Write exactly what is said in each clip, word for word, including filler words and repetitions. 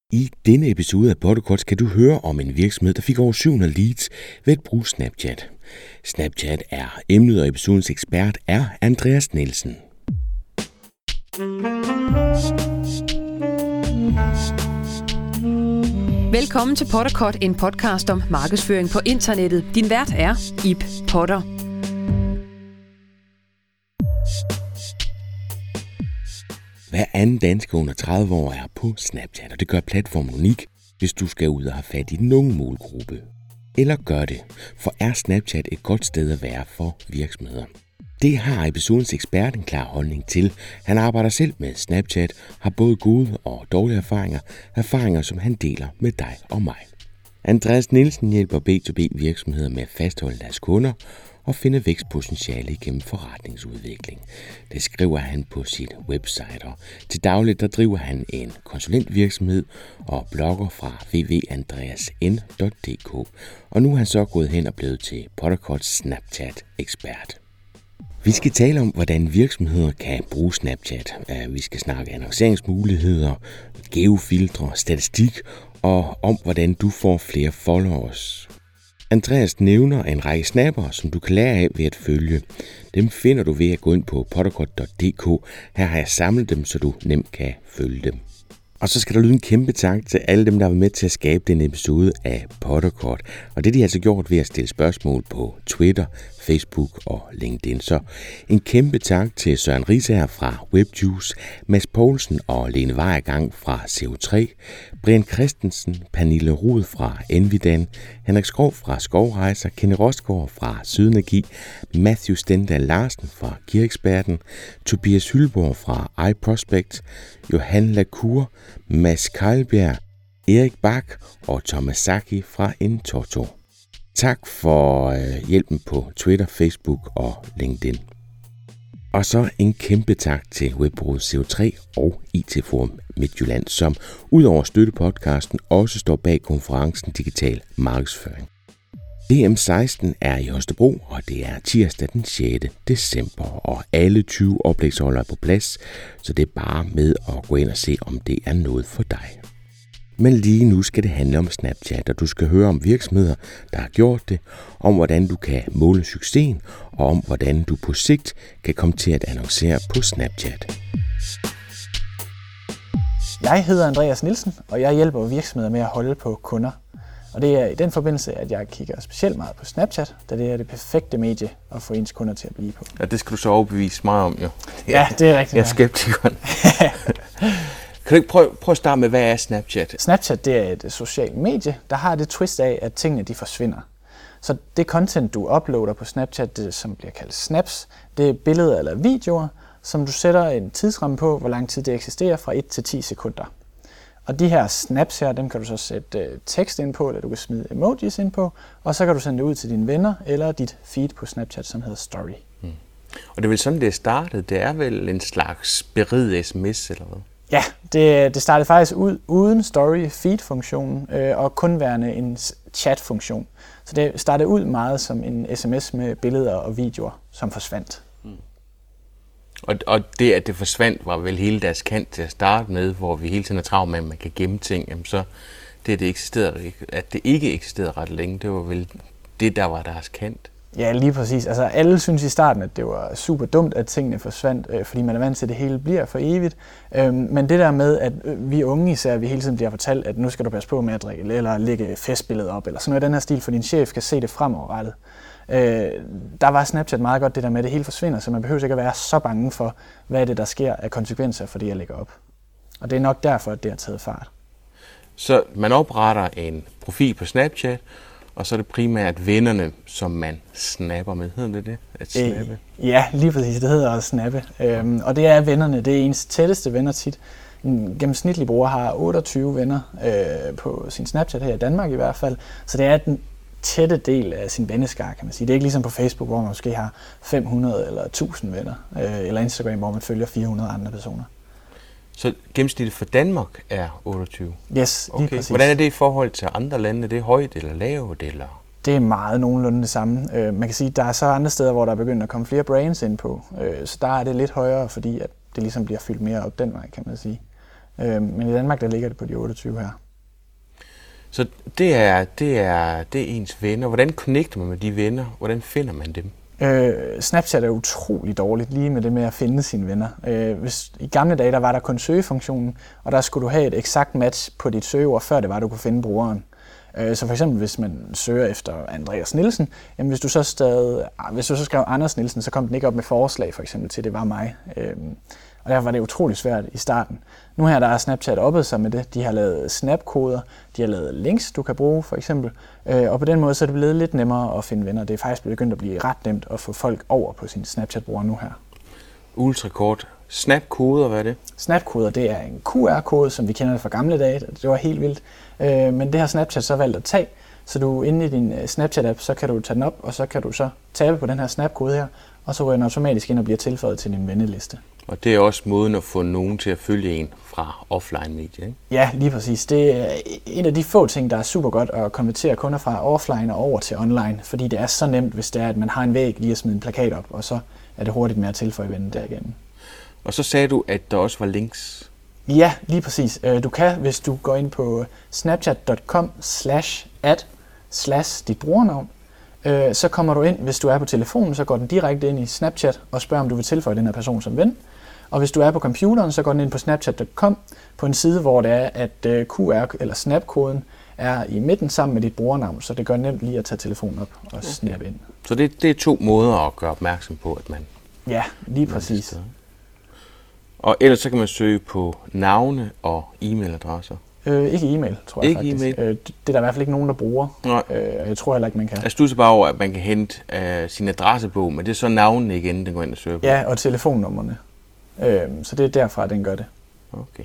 I denne episode af Podcast skal du høre om en virksomhed, der fik over syv hundrede leads ved at bruge Snapchat. Snapchat er emnet, og episodens ekspert er Andreas Nielsen. Velkommen til Potterkort, en podcast om markedsføring på internettet. Din vært er Ib Potter. Hver anden dansker under tredive år er på Snapchat, og det gør platformen unik, hvis du skal ud og have fat i den unge målgruppe. Eller gør det, for er Snapchat et godt sted at være for virksomheder? Det har episodens ekspert en klar holdning til. Han arbejder selv med Snapchat, har både gode og dårlige erfaringer, erfaringer som han deler med dig og mig. Andreas Nielsen hjælper B to B virksomheder med at fastholde deres kunder og finde vækstpotentiale igennem forretningsudvikling. Det skriver han på sit website, og til dagligt der driver han en konsulentvirksomhed og blogger fra w w punktum andreas n punktum d k. Og nu er han så gået hen og blevet til Potterkorts Snapchat-ekspert. Vi skal tale om, hvordan virksomheder kan bruge Snapchat. Vi skal snakke annonceringsmuligheder, geofiltre, statistik og om, hvordan du får flere followers. Andreas nævner en række snappere, som du kan lære af ved at følge. Dem finder du ved at gå ind på potterkort punktum d k. Her har jeg samlet dem, så du nemt kan følge dem. Og så skal der lyde en kæmpe tak til alle dem, der har været med til at skabe den episode af Potterkort. Og det har de altså gjort ved at stille spørgsmål på Twitter, Facebook og LinkedIn. Så en kæmpe tak til Søren Risager fra Webjuice, Mads Poulsen og Lene Weiergang fra C O tre, Brian Christensen, Pernille Rud fra Envidan, Henrik Skov fra Skovrejser, Kenny Rostgaard fra Sydenergi, Matthew Stendal Larsen fra Geareksperten, Tobias Hylborg fra iProspect, Johan Lacour, Mads Kejlbjerg, Erik Bak og Thomas Saki fra Entorto. Tak for øh, hjælpen på Twitter, Facebook og LinkedIn. Og så en kæmpe tak til webbureauet C O tre og I T Forum Midtjylland, som udover at støtte podcasten også står bag konferencen Digital Markedsføring. D M seksten er i Holstebro, og det er tirsdag den sjette december, og alle tyve oplægsholdere er på plads, så det er bare med at gå ind og se, om det er noget for dig. Men lige nu skal det handle om Snapchat, og du skal høre om virksomheder, der har gjort det, om hvordan du kan måle succesen, og om hvordan du på sigt kan komme til at annoncere på Snapchat. Jeg hedder Andreas Nielsen, og jeg hjælper virksomheder med at holde på kunder. Og det er i den forbindelse, at jeg kigger specielt meget på Snapchat, da det er det perfekte medie at få ens kunder til at blive på. Ja, det skal du så overbevise mig om, jo. Ja, det er rigtigt. Jeg er skeptikeren. Kan du ikke prøve, prøve at starte med, hvad er Snapchat? Snapchat, det er et socialt medie, der har det twist af, at tingene de forsvinder. Så det content, du uploader på Snapchat, det, som bliver kaldt snaps, det er billeder eller videoer, som du sætter en tidsramme på, hvor lang tid det eksisterer, fra et til ti sekunder. Og de her snaps her, dem kan du så sætte tekst ind på, eller du kan smide emojis ind på, og så kan du sende det ud til dine venner, eller dit feed på Snapchat, som hedder Story. Hmm. Og det er vel sådan, det er startet? Det er vel en slags beriget sms, eller hvad? Ja, det, det startede faktisk ud uden Story-feed-funktionen, øh, og kun værende en chat-funktion. Så det startede ud meget som en sms med billeder og videoer, som forsvandt. Hmm. Og, og det, at det forsvandt, var vel hele deres kant til at starte med, hvor vi hele tiden er travlt med, at man kan gemme ting. Jamen så, det, det eksisterede, at det ikke eksisterede ret længe, det var vel det, der var deres kant. Ja, lige præcis. Altså, alle synes i starten, at det var super dumt, at tingene forsvandt, øh, fordi man er vant til, at det hele bliver for evigt. Øhm, men det der med, at vi unge især, vi hele tiden bliver fortalt, at nu skal du passe på med at drikke, eller lægge festbilleder op, eller sådan noget i den her stil, for din chef kan se det fremoverrettet. Øh, der var Snapchat meget godt det der med, at det hele forsvinder, så man behøver ikke at være så bange for, hvad er det, der sker af konsekvenser for det, jeg lægger op. Og det er nok derfor, at det har taget fart. Så man opretter en profil på Snapchat, og så er det primært vennerne, som man snapper med. Hedder det det? At snappe? Øh, ja, lige præcis. Det hedder at snappe. Øhm, og det er vennerne. Det er ens tætteste venner tit. En gennemsnitlig bruger har otteogtyve venner øh, på sin Snapchat her i Danmark i hvert fald. Så det er den tætte del af sin venneskar, kan man sige. Det er ikke ligesom på Facebook, hvor man måske har fem hundrede eller tusind venner, øh, eller Instagram, hvor man følger fire hundrede andre personer. Så gennemsnittet for Danmark er otteogtyve? Yes, lige okay. præcis. Hvordan er det i forhold til andre lande? Er det højt eller lavt? Eller? Det er meget nogenlunde det samme. Øh, man kan sige, at der er så andre steder, hvor der er begyndt at komme flere brands ind på. Øh, så der er det lidt højere, fordi at det ligesom bliver fyldt mere op den vej, kan man sige. Øh, men i Danmark, der ligger det på de otteogtyve her. Så det er, det er, det er ens venner. Hvordan connecter man med de venner? Hvordan finder man dem? Øh, Snapchat er utrolig dårligt lige med det med at finde sine venner. Øh, hvis, I gamle dage, der var der kun søgefunktionen, og der skulle du have et eksakt match på dit søgeord, før det var, du kunne finde brugeren. Øh, så for eksempel, hvis man søger efter Andreas Nielsen, jamen hvis du så stadig, hvis du så skrev Anders Nielsen, så kom den ikke op med forslag, for eksempel, til det var mig. Øh, og derfor var det utrolig svært i starten. Nu her der er Snapchat oppet sig med det. De har lavet snapkoder, de har lavet links, du kan bruge for eksempel. Øh, og på den måde så er det blevet lidt nemmere at finde venner. Det er faktisk begyndt at blive ret nemt at få folk over på sin Snapchat-bruger nu her. Ultrakort. Snapkoder, hvad er det? Snapkoder, det er en Q R-kode, som vi kender det fra gamle dage. Det var helt vildt. Øh, men det har Snapchat så valgt at tage. Så du inde i din Snapchat-app, så kan du tage den op, og så kan du så tabe på den her snapkode her, og så ryger den automatisk ind og bliver tilføjet til din venneliste. Og det er også måden at få nogen til at følge en fra offline-medie, ikke? Ja, lige præcis. Det er en af de få ting, der er super godt at konvertere kunder fra offline og over til online, fordi det er så nemt, hvis det er, at man har en væg lige at smide en plakat op, og så er det hurtigt med at tilføje vennen derigennem. Og så sagde du, at der også var links. Ja, lige præcis. Du kan, hvis du går ind på snapchat punktum com slash ad slash dit brugernavn, så kommer du ind, hvis du er på telefonen, så går den direkte ind i Snapchat og spørger, om du vil tilføje den her person som ven. Og hvis du er på computeren, så går den ind på snapchat punktum com på en side, hvor det er, at Q R eller snapkoden er i midten sammen med dit brugernavn, så det gør nemt lige at tage telefonen op og okay. snappe ind. Så det, det er to måder at gøre opmærksom på, at man... Ja, lige præcis. Og ellers så kan man søge på navne og e-mailadresser. Øh, ikke e-mail, tror jeg ikke faktisk. E-mail. Øh, det er der i hvert fald ikke nogen, der bruger. Nej. Øh, jeg tror heller ikke, man kan. Jeg studser bare over, at man kan hente uh, sin adressebog, men det er så navnene igen, den går ind og søger på. Ja, og telefonnummerne. Øh, så det er derfra, den gør det. Okay.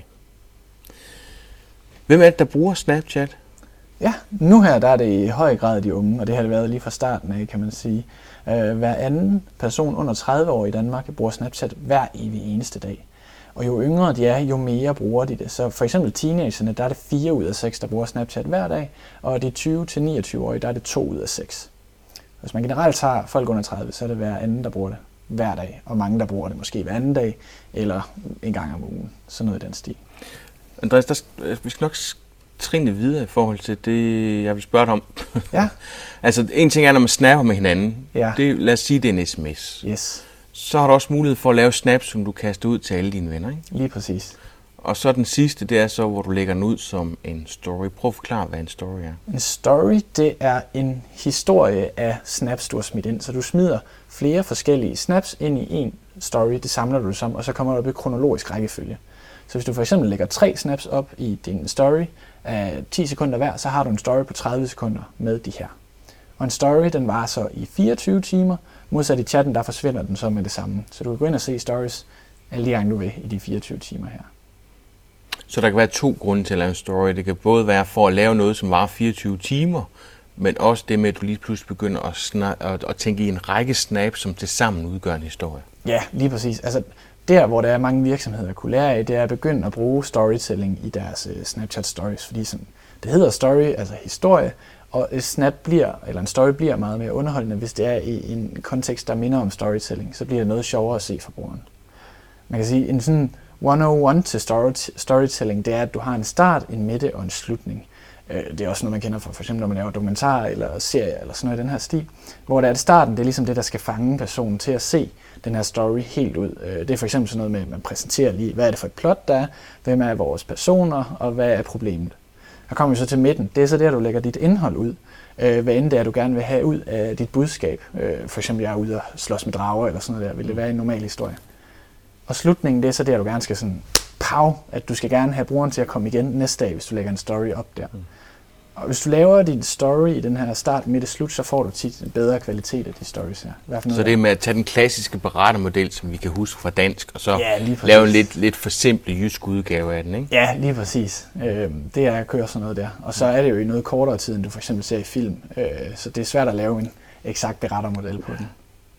Hvem er det, der bruger Snapchat? Ja, nu her der er det i høj grad de unge, og det har det været lige fra starten af, kan man sige. Øh, hver anden person under tredive år i Danmark bruger Snapchat hver evig eneste dag. Og jo yngre de er, jo mere bruger de det. Så for eksempel teenagerne, der er det fire ud af seks, der bruger Snapchat hver dag, og de tyve til niogtyve-årige, der er det to ud af seks. Hvis man generelt tager folk under tredive, så er det hver anden, der bruger det hver dag, og mange, der bruger det måske hver anden dag, eller en gang om ugen. Sådan noget i den stil. Andreas, der, vi skal nok trinne videre i forhold til det, jeg vil spørge dig om. Ja. Altså, en ting er, når man snapper med hinanden. Ja. Det, lad os sige, det er en sms. Yes. Så har du også mulighed for at lave snaps, som du kaster ud til alle dine venner, ikke? Lige præcis. Og så den sidste, det er så, hvor du lægger den ud som en story. Prøv at forklare, hvad en story er. En story, det er en historie af snaps, du har smidt ind. Så du smider flere forskellige snaps ind i en story, det samler du sammen, og så kommer du op i kronologisk rækkefølge. Så hvis du for eksempel lægger tre snaps op i din story af ti sekunder hver, så har du en story på tredive sekunder med de her. Og en story, den varer så i fireogtyve timer, modsat i chatten, der forsvinder den så med det samme. Så du kan gå ind og se stories alle de gange, du vil i de fireogtyve timer her. Så der kan være to grunde til at lave en story. Det kan både være for at lave noget, som varer fireogtyve timer, men også det med, at du lige pludselig begynder at, snak- at, at tænke i en række snaps, som tilsammen udgør en historie. Ja, lige præcis. Altså, der, hvor der er mange virksomheder kunne lære af, det er at begynde at bruge storytelling i deres uh, Snapchat stories, fordi sådan, det hedder story, altså historie, og et snap bliver, eller en story bliver meget mere underholdende, hvis det er i en kontekst, der minder om storytelling, så bliver det noget sjovere at se for brugeren. Man kan sige, en sådan et nul et til storytelling, det er, at du har en start, en midte og en slutning. Det er også noget, man kender fra, for eksempel når man laver dokumentarer eller serier eller sådan noget i den her stil, hvor det er, at starten, det er ligesom det, der skal fange personen til at se den her story helt ud. Det er for eksempel sådan noget med, at man præsenterer lige, hvad er det for et plot, der er, hvem er vores personer, og hvad er problemet. Her kommer vi så til midten. Det er så der, du lægger dit indhold ud. Hvad end det er, du gerne vil have ud af dit budskab. For eksempel, jeg er ude og slås med drager eller sådan noget der. Vil det være en normal historie? Og slutningen, det er så der, du gerne skal sådan, pow, at du skal gerne have brugeren til at komme igen næste dag, hvis du lægger en story op der. Mm. Og hvis du laver din story i den her start, midt og slut, så får du tit en bedre kvalitet af de stories her. Så det er med at tage den klassiske berettermodel, som vi kan huske fra dansk, og så ja, lave en lidt, lidt for simpel jysk udgave af den, ikke? Ja, lige præcis. Øh, det er at køre sådan noget der. Og så er det jo i noget kortere tid, end du for eksempel ser i film. Øh, så det er svært at lave en eksakt berettermodel på den.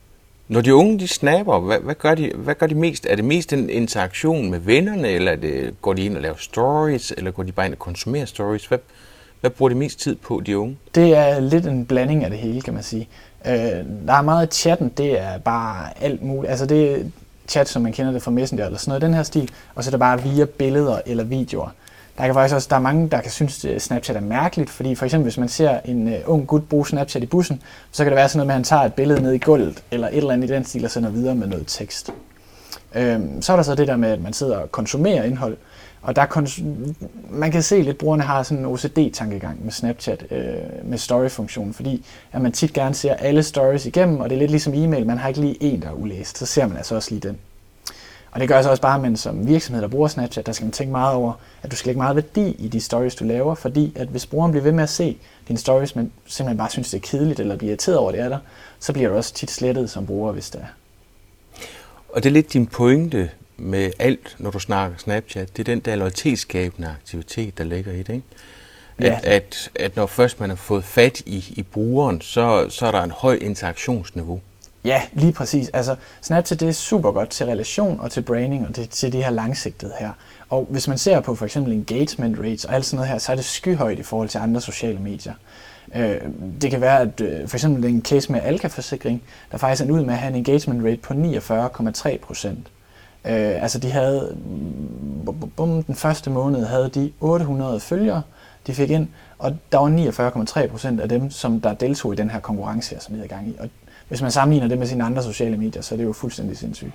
Når de unge, de snapper, hvad, hvad, gør de, hvad gør de mest? Er det mest en interaktion med vennerne, eller er det, går de ind og laver stories, eller går de bare ind og konsumerer stories? Hvad, hvad bruger de mest tid på, de unge? Det er lidt en blanding af det hele, kan man sige. Øh, der er meget i chatten, det er bare alt muligt. Altså det, chat, som man kender det fra Messenger eller sådan noget, den her stil, og så er det bare via billeder eller videoer. Der kan faktisk også, der er mange, der kan synes, at Snapchat er mærkeligt, fordi for eksempel, hvis man ser en uh, ung gut bruge Snapchat i bussen, så kan det være sådan noget med, at han tager et billede ned i gulvet, eller et eller andet i den stil, og sender videre med noget tekst. Øhm, så er der så det der med, at man sidder og konsumerer indhold, og der kons- man kan se lidt, brugerne har sådan en O C D-tankegang med Snapchat, øh, med story-funktionen, fordi at man tit gerne ser alle stories igennem, og det er lidt ligesom e-mail, man har ikke lige en, der er ulæst, så ser man altså også lige den. Og det gør så også bare, at man som virksomhed, der bruger Snapchat, der skal man tænke meget over, at du skal lægge meget værdi i de stories, du laver, fordi at hvis brugeren bliver ved med at se dine stories, men simpelthen bare synes, det er kedeligt, eller bliver irriteret over, det er der, så bliver du også tit slettet som bruger, hvis det er. Og det er lidt din pointe med alt, når du snakker Snapchat, det er den der loyalitetsskabende aktivitet, der ligger i det, ikke? At, Ja. at, at når først man har fået fat i, i brugeren, så, så er der en høj interaktionsniveau. Ja, lige præcis. Altså, Snapchat det er super godt til relation og til branding og til, til det her langsigtede her. Og hvis man ser på for eksempel engagement rates og alt sådan noget her, så er det skyhøjt i forhold til andre sociale medier. Øh, det kan være, at øh, for eksempel en case med Alka-forsikring, der faktisk er ud med at have en engagement rate på niogfyrre komma tre procent. Øh, altså de havde, bum, bum, den første måned havde de otte hundrede følgere, de fik ind, og der var niogfyrre komma tre procent af dem, som der deltog i den her konkurrence, som vi havde gang i. Og hvis man sammenligner det med sine andre sociale medier, så er det jo fuldstændig sindssygt.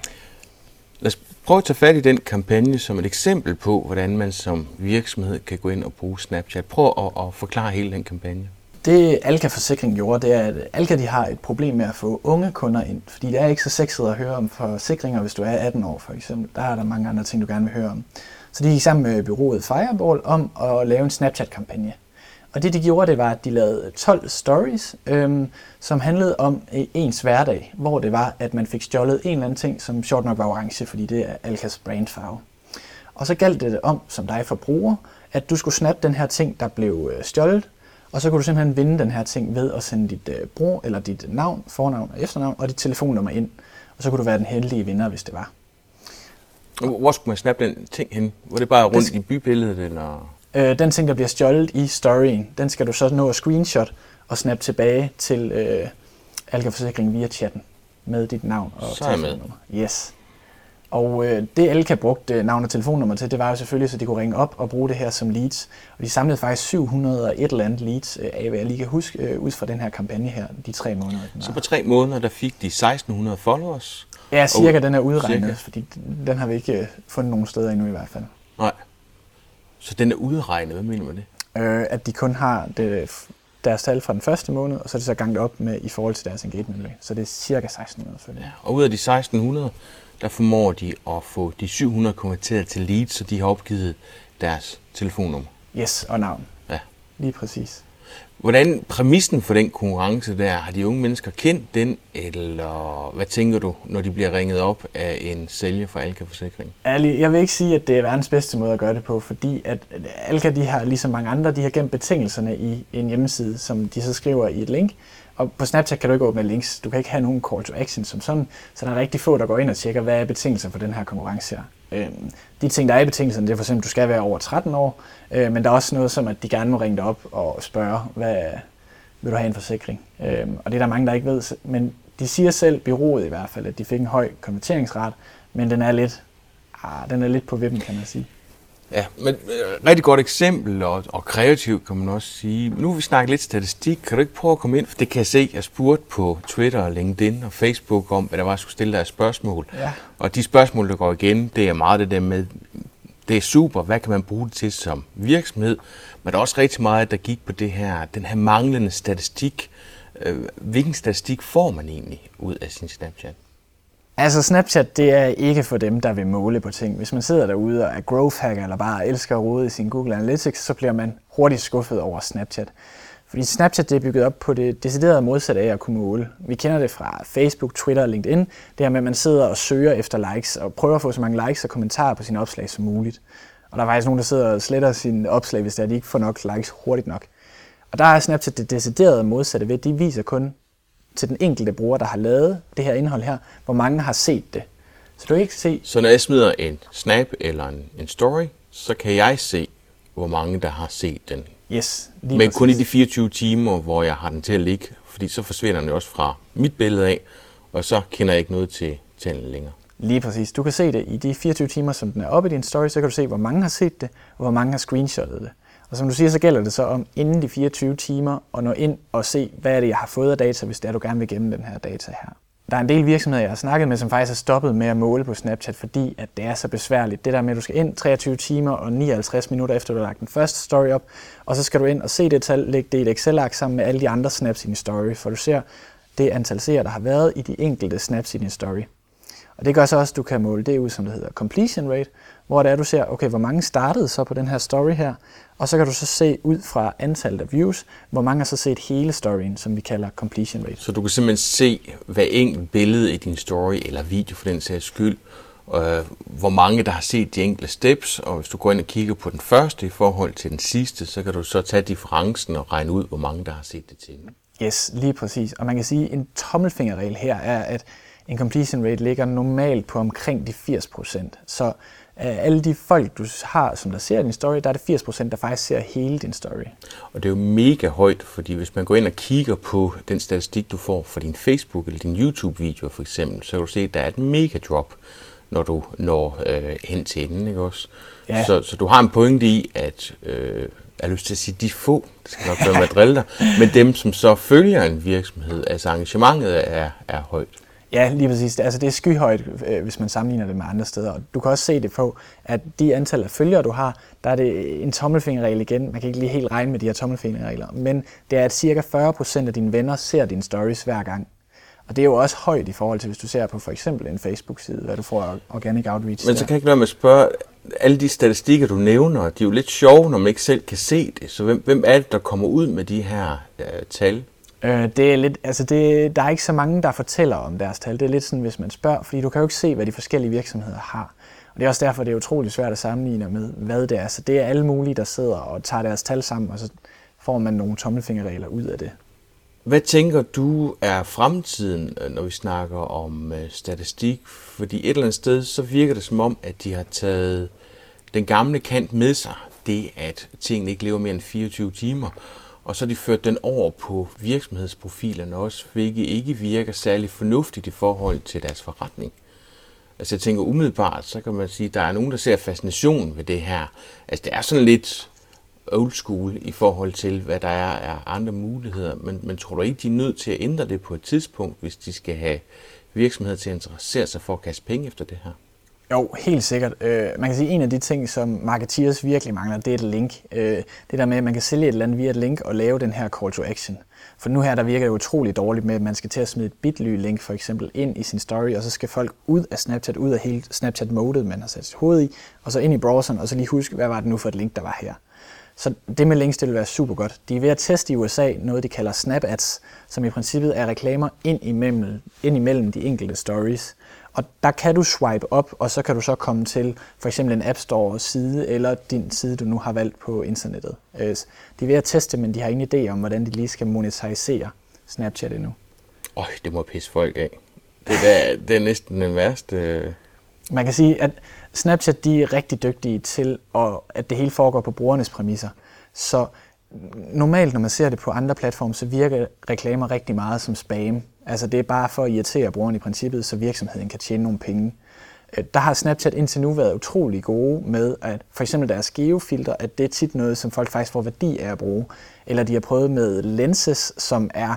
Lad os prøve at tage fat i den kampagne som et eksempel på, hvordan man som virksomhed kan gå ind og bruge Snapchat. Prøv at, at forklare hele den kampagne. Det Alka-forsikring gjorde, det er, at Alka de har et problem med at få unge kunder ind, fordi det er ikke så sexet at høre om forsikringer, hvis du er atten år for eksempel. Der er der mange andre ting, du gerne vil høre om. Så de gik sammen med bureauet Fireball om at lave en Snapchat-kampagne. Og det de gjorde, det var, at de lavede tolv stories, øhm, som handlede om ens hverdag, hvor det var, at man fik stjålet en eller anden ting, som sjovt nok var orange, fordi det er Alkas brandfarve. Og så galt det om, som dig forbruger, at du skulle snappe den her ting, der blev øh, stjålet, og så kunne du simpelthen vinde den her ting ved at sende dit øh, brug, eller dit navn, fornavn og efternavn, og dit telefonnummer ind. Og så kunne du være den heldige vinder, hvis det var. Hvor skulle man snappe den ting hen? Var det bare rundt det... i bybilledet, eller... Øh, den ting, der bliver stjålet i storyen, den skal du så nå at screenshot og snappe tilbage til øh, Alka-forsikringen via chatten med dit navn og telefonnummer. Yes. Og øh, det Alka brugte øh, navn og telefonnummer til, det var jo selvfølgelig, så de kunne ringe op og bruge det her som leads. Og de samlede faktisk syv hundrede og et eller andet leads øh, af, hvad jeg lige kan huske, øh, ud fra den her kampagne her, de tre måneder. Så på tre måneder, der fik de seksten hundrede followers? Ja, cirka den er udregnet, cirka. Fordi den har vi ikke øh, fundet nogen steder endnu i hvert fald. Nej. Så den er udregnet, hvad mener du med det? Øh, at de kun har det, deres tal fra den første måned, og så er det så ganget op med i forhold til deres engagement rate. Så det er cirka seksten hundrede følgere. Ja, og ud af de seksten hundrede, der formår de at få de syv hundrede konverteret til leads, så de har opgivet deres telefonnummer. Yes, og navn. Ja. Lige præcis. Hvordan præmissen for den konkurrence der, har de unge mennesker kendt den, eller hvad tænker du, når de bliver ringet op af en sælger fra Alka-forsikring? Jeg vil ikke sige, at det er verdens bedste måde at gøre det på, fordi at Alka, de har ligesom mange andre, de har gemt betingelserne i en hjemmeside, som de så skriver i et link. Og på Snapchat kan du ikke åbne links. Du kan ikke have nogen call to action som sådan, så der er rigtig få, der går ind og tjekker, hvad er betingelser for den her konkurrence her. Øhm, de ting, der er i betingelserne, det er for eksempel, at du skal være over tretten år, øh, men der er også noget som, at de gerne må ringe dig op og spørge, hvad vil du have en forsikring? Øhm, og det er der mange, der ikke ved, men de siger selv, bureauet i hvert fald, at de fik en høj konverteringsret, men den er lidt, ah, den er lidt på vippen, kan man sige. Ja, men øh, rigtig godt eksempel, og, og kreativt kan man også sige. Nu har vi snakket lidt statistik. Kan du ikke prøve at komme ind? For det kan jeg se, jeg spurgte på Twitter og LinkedIn og Facebook om, hvad der var, jeg skulle stille dig spørgsmål. Ja. Og de spørgsmål, der går igen, det er meget det der med, det er super, hvad kan man bruge det til som virksomhed? Men der er også rigtig meget, der gik på det her, den her manglende statistik. Hvilken statistik får man egentlig ud af sin Snapchat? Altså Snapchat, det er ikke for dem, der vil måle på ting. Hvis man sidder derude og er growth hacker eller bare elsker at rode i sin Google Analytics, så bliver man hurtigt skuffet over Snapchat. Fordi Snapchat det er bygget op på det deciderede modsatte af at kunne måle. Vi kender det fra Facebook, Twitter og LinkedIn. Det her med, at man sidder og søger efter likes og prøver at få så mange likes og kommentarer på sine opslag som muligt. Og der er faktisk nogen, der sidder og sletter sine opslag, hvis de ikke får nok likes hurtigt nok. Og der er Snapchat det deciderede modsatte ved, de viser kun til den enkelte bruger, der har lavet det her indhold her, hvor mange har set det. Så du kan ikke se... Så når jeg smider en snap eller en, en story, så kan jeg se, hvor mange der har set den. Yes, lige Men præcis. Kun i de fireogtyve timer, hvor jeg har den til at ligge, fordi så forsvinder den jo også fra mit billede af, og så kender jeg ikke noget til, til den længere. Lige præcis. Du kan se det i de fireogtyve timer, som den er oppe i din story, så kan du se, hvor mange har set det, og hvor mange har screenshottet det. Og som du siger, så gælder det så om inden de fireogtyve timer at nå ind og se, hvad er det, jeg har fået af data, hvis det er, du gerne vil gemme den her data her. Der er en del virksomheder, jeg har snakket med, som faktisk har stoppet med at måle på Snapchat, fordi at det er så besværligt. Det der med, at du skal ind treogtyve timer og nioghalvtreds minutter efter, du har lagt den første story op, og så skal du ind og se det tal, lægge det i et Excel-ark sammen med alle de andre snaps i din story, for du ser det antal seere, der har været i de enkelte snaps i din story. Og det gør så også, at du kan måle det ud, som det hedder completion rate, hvor det er, du ser, okay, hvor mange startede så på den her story her, og så kan du så se ud fra antallet af views, hvor mange har så set hele storyen, som vi kalder completion rate. Så du kan simpelthen se hver enkelt billede i din story, eller video for den sags skyld, øh, hvor mange der har set de enkelte steps, og hvis du går ind og kigger på den første i forhold til den sidste, så kan du så tage differencen og regne ud, hvor mange der har set det til. Yes, lige præcis. Og man kan sige, at en tommelfingerregel her er, at en completion rate ligger normalt på omkring de firs procent. Så af alle de folk, du har, som der ser din story, der er det firs procent, der faktisk ser hele din story. Og det er jo mega højt, fordi hvis man går ind og kigger på den statistik, du får fra din Facebook eller din YouTube-video for eksempel, så kan du se, at der er et mega drop, når du når øh, hen til enden, ikke også? Ja. Så, så du har en pointe i, at øh, jeg har lyst til at sige, de få, det skal nok være med at drille dig, men dem, som så følger en virksomhed, altså engagementet er, er højt. Ja, lige præcis. Altså, det er skyhøjt, hvis man sammenligner det med andre steder. Og du kan også se det på, at de antal af følgere, du har, der er det en tommelfingerregel igen. Man kan ikke lige helt regne med de her tommelfingerregler, men det er, at cirka fyrre procent af dine venner ser dine stories hver gang. Og det er jo også højt i forhold til, hvis du ser på for eksempel en Facebook-side, hvad du får organic outreach. Men så kan jeg ikke lade med at spørge, alle de statistikker, du nævner, de er jo lidt sjove, når man ikke selv kan se det. Så hvem, hvem er det, der kommer ud med de her øh, tal? Det er lidt, altså det, der er ikke så mange, der fortæller om deres tal. Det er lidt sådan, hvis man spørger, fordi du kan jo ikke se, hvad de forskellige virksomheder har. Og det er også derfor, det er utroligt svært at sammenligne med, hvad det er. Så det er alle mulige, der sidder og tager deres tal sammen, og så får man nogle tommelfingerregler ud af det. Hvad tænker du er fremtiden, når vi snakker om statistik? Fordi et eller andet sted, så virker det som om, at de har taget den gamle kant med sig. Det, at tingene ikke lever mere end fireogtyve timer. Og så har de ført den over på virksomhedsprofilerne også, hvilket ikke virker særlig fornuftigt i forhold til deres forretning. Altså jeg tænker umiddelbart, så kan man sige, at der er nogen, der ser fascination ved det her. Altså det er sådan lidt old school i forhold til, hvad der er af andre muligheder. Men, men tror du ikke, de er nødt til at ændre det på et tidspunkt, hvis de skal have virksomheder til at interessere sig for at kaste penge efter det her? Jo, helt sikkert. Øh, man kan sige, at en af de ting, som marketeers virkelig mangler, det er et link. Øh, det der med, at man kan sælge et eller andet via et link og lave den her call to action. For nu her, der virker det utroligt dårligt med, at man skal til at smide et Bitly-link for eksempel ind i sin story, og så skal folk ud af Snapchat, ud af hele Snapchat-modet, man har sat sit hoved i, og så ind i browseren, og så lige huske, hvad var det nu for et link, der var her. Så det med links, det vil være super godt. De er ved at teste i U S A noget, de kalder Snap Ads, som i princippet er reklamer ind imellem, ind imellem de enkelte stories. Og der kan du swipe op, og så kan du så komme til for eksempel en App Store side, eller din side, du nu har valgt på internettet. De er ved at teste, men de har ingen idé om, hvordan de lige skal monetarisere Snapchat endnu. Øj, det må pisse folk af. Det er, det er næsten den værste. Man kan sige, at Snapchat de er rigtig dygtige til, at det hele foregår på brugernes præmisser. Så normalt, når man ser det på andre platforme, så virker reklamer rigtig meget som spam. Altså det er bare for at irritere brugeren i princippet, så virksomheden kan tjene nogle penge. Der har Snapchat indtil nu været utrolig gode med, at for eksempel deres geofilter, at det er tit noget, som folk faktisk får værdi af at bruge. Eller de har prøvet med lenses, som er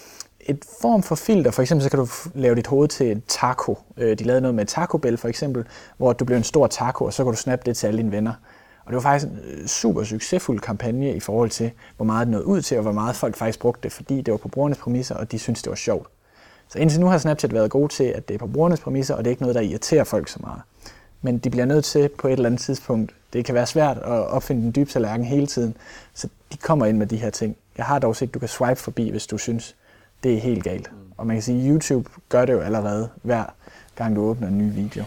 et form for filter. For eksempel så kan du lave dit hoved til et taco. De lavede noget med Taco Bell for eksempel, hvor du blev en stor taco, og så kan du snappe det til alle dine venner. Og det var faktisk en super succesfuld kampagne i forhold til, hvor meget det nåede ud til, og hvor meget folk faktisk brugte det, fordi det var på brugernes præmisser, og de syntes, det var sjovt. Så indtil nu har Snapchat været god til, at det er på brugernes præmisser, og det er ikke noget, der irriterer folk så meget. Men de bliver nødt til på et eller andet tidspunkt. Det kan være svært at opfinde den dybe tallerken hele tiden, så de kommer ind med de her ting. Jeg har dog set, at du kan swipe forbi, hvis du synes, det er helt galt. Og man kan sige, at YouTube gør det jo allerede hver gang, du åbner en ny video.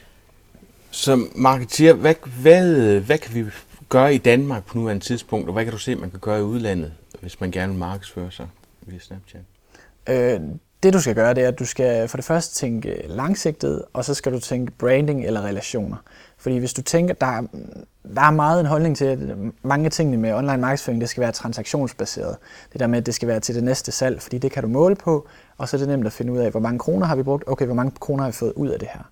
Så marketeer, hvad, hvad, hvad kan vi gøre i Danmark på nuværende tidspunkt, og hvad kan du se, man kan gøre i udlandet, hvis man gerne vil markedsføre sig via Snapchat? Øh, det du skal gøre, det er, at du skal for det første tænke langsigtet, og så skal du tænke branding eller relationer. Fordi hvis du tænker, der er, der er meget en holdning til, at mange af tingene med online markedsføring, det skal være transaktionsbaseret. Det der med, at det skal være til det næste salg, fordi det kan du måle på, og så er det nemt at finde ud af, hvor mange kroner har vi brugt, okay, hvor mange kroner har vi fået ud af det her.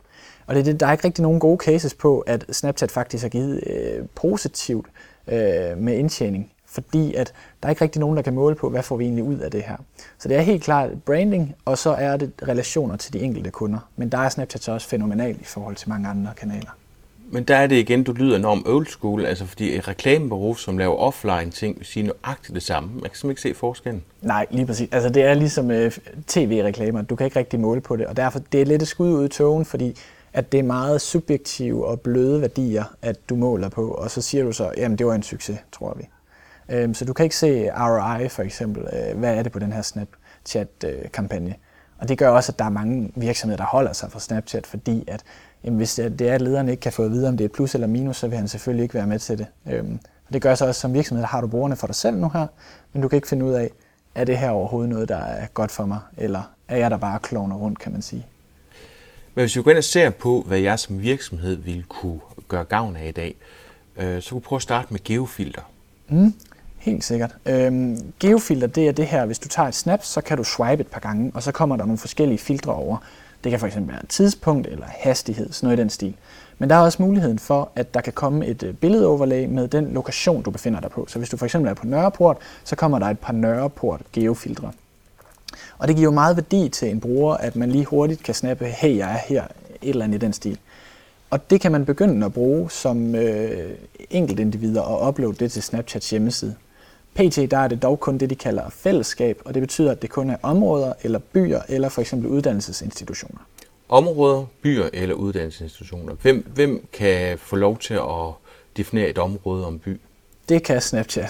Og det er det, der er ikke rigtig nogen gode cases på, at Snapchat faktisk har givet øh, positivt øh, med indtjening, fordi at der er ikke rigtig nogen, der kan måle på, hvad får vi egentlig ud af det her. Så det er helt klart branding, og så er det relationer til de enkelte kunder. Men der er Snapchat så også fænomenalt i forhold til mange andre kanaler. Men der er det igen, du lyder enormt old school, altså fordi et reklamebureau, som laver offline ting, vil sige nøjagtigt det samme. Man kan simpelthen ikke se forskellen. Nej, lige præcis. Altså det er ligesom øh, tv-reklamer. Du kan ikke rigtig måle på det, og derfor det er lidt et skud ud i tågen, fordi at det er meget subjektive og bløde værdier, at du måler på, og så siger du så, jamen det var en succes, tror vi. Øhm, så du kan ikke se R O I for eksempel, øh, hvad er det på den her Snapchat-kampagne. Og det gør også, at der er mange virksomheder, der holder sig fra Snapchat, fordi at jamen, hvis det er, at lederen ikke kan få at vide, om det er et plus eller minus, så vil han selvfølgelig ikke være med til det. Øhm, og det gør så også, som virksomhed, der har du brugerne for dig selv nu her, men du kan ikke finde ud af, er det her overhovedet noget, der er godt for mig, eller er jeg der bare klovner rundt, kan man sige. Men hvis vi går ind og ser på, hvad jeg som virksomhed ville kunne gøre gavn af i dag, øh, så kunne vi prøve at starte med geofilter. Mm, helt sikkert. Øhm, geofilter, det er det her, hvis du tager et snap, så kan du swipe et par gange, og så kommer der nogle forskellige filtre over. Det kan fx være tidspunkt eller hastighed, sådan noget i den stil. Men der er også muligheden for, at der kan komme et billedoverlag med den lokation, du befinder dig på. Så hvis du fx er på Nørreport, så kommer der et par Nørreport geofiltre. Og det giver jo meget værdi til en bruger, at man lige hurtigt kan snappe, hey, jeg er her, et eller andet i den stil. Og det kan man begynde at bruge som øh, enkeltindivider og uploade det til Snapchats hjemmeside. P T der er det dog kun det, de kalder fællesskab, og det betyder, at det kun er områder eller byer eller for eksempel uddannelsesinstitutioner. Områder, byer eller uddannelsesinstitutioner. Hvem, hvem kan få lov til at definere et område om by? Det kan Snapchat.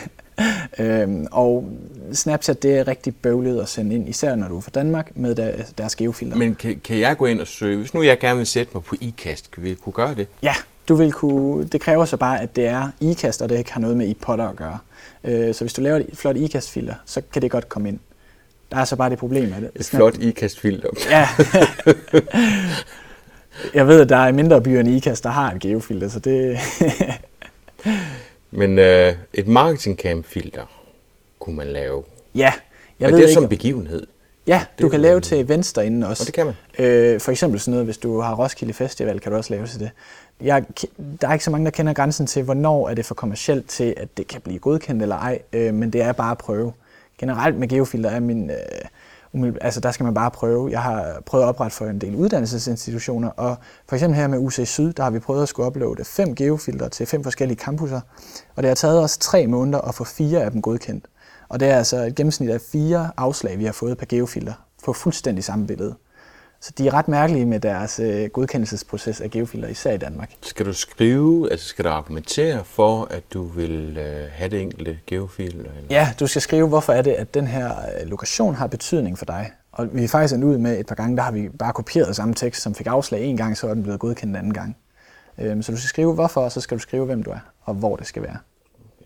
øhm, og Snapchat det er rigtig bøvlet at sende ind, især når du er fra Danmark, med deres geofilter. Men kan, kan jeg gå ind og søge? Hvis nu jeg gerne vil sætte mig på iKast, kan vi kunne gøre det? Ja, du vil kunne. Det kræver så bare, at det er iKast, og det ikke har noget med iPodder at gøre. Øh, så hvis du laver et flot iKast-filter, så kan det godt komme ind. Der er så bare det problem med det. Et flot iKast-filter. Ja. Jeg ved, at der er mindre byer end iKast, der har et geofilter, så det... Men øh, et marketingcamp-filter kunne man lave. Ja. Jeg Men ved det er ikke, som begivenhed. Ja, du kan lave til events derinde også. Og det kan man. Øh, for eksempel sådan noget, hvis du har Roskilde Festival, kan du også lave til det. Jeg, der er ikke så mange, der kender grænsen til, hvornår er det for kommercielt til, at det kan blive godkendt eller ej, øh, men det er bare at prøve. Generelt med geofilter er min... Øh, umiddelbart, altså der skal man bare prøve. Jeg har prøvet at oprette for en del uddannelsesinstitutioner, og for eksempel her med U C Syd, der har vi prøvet at skulle uploade fem geofilter til fem forskellige campusser, og det har taget os tre måneder at få fire af dem godkendt. Og det er altså et gennemsnit af fire afslag, vi har fået per geofilter på fuldstændig samme billede. Så de er ret mærkelige med deres øh, godkendelsesproces af geofilter, især i Danmark. Skal du skrive, altså skal du argumentere for, at du vil øh, have det enkelte geofil? Eller? Ja, du skal skrive, hvorfor er det, at den her lokation har betydning for dig. Og vi er faktisk endt ud med et par gange, der har vi bare kopieret samme tekst, som fik afslag en gang, så er den blevet godkendt en anden gang. Øhm, så du skal skrive, hvorfor, og så skal du skrive, hvem du er, og hvor det skal være. Okay.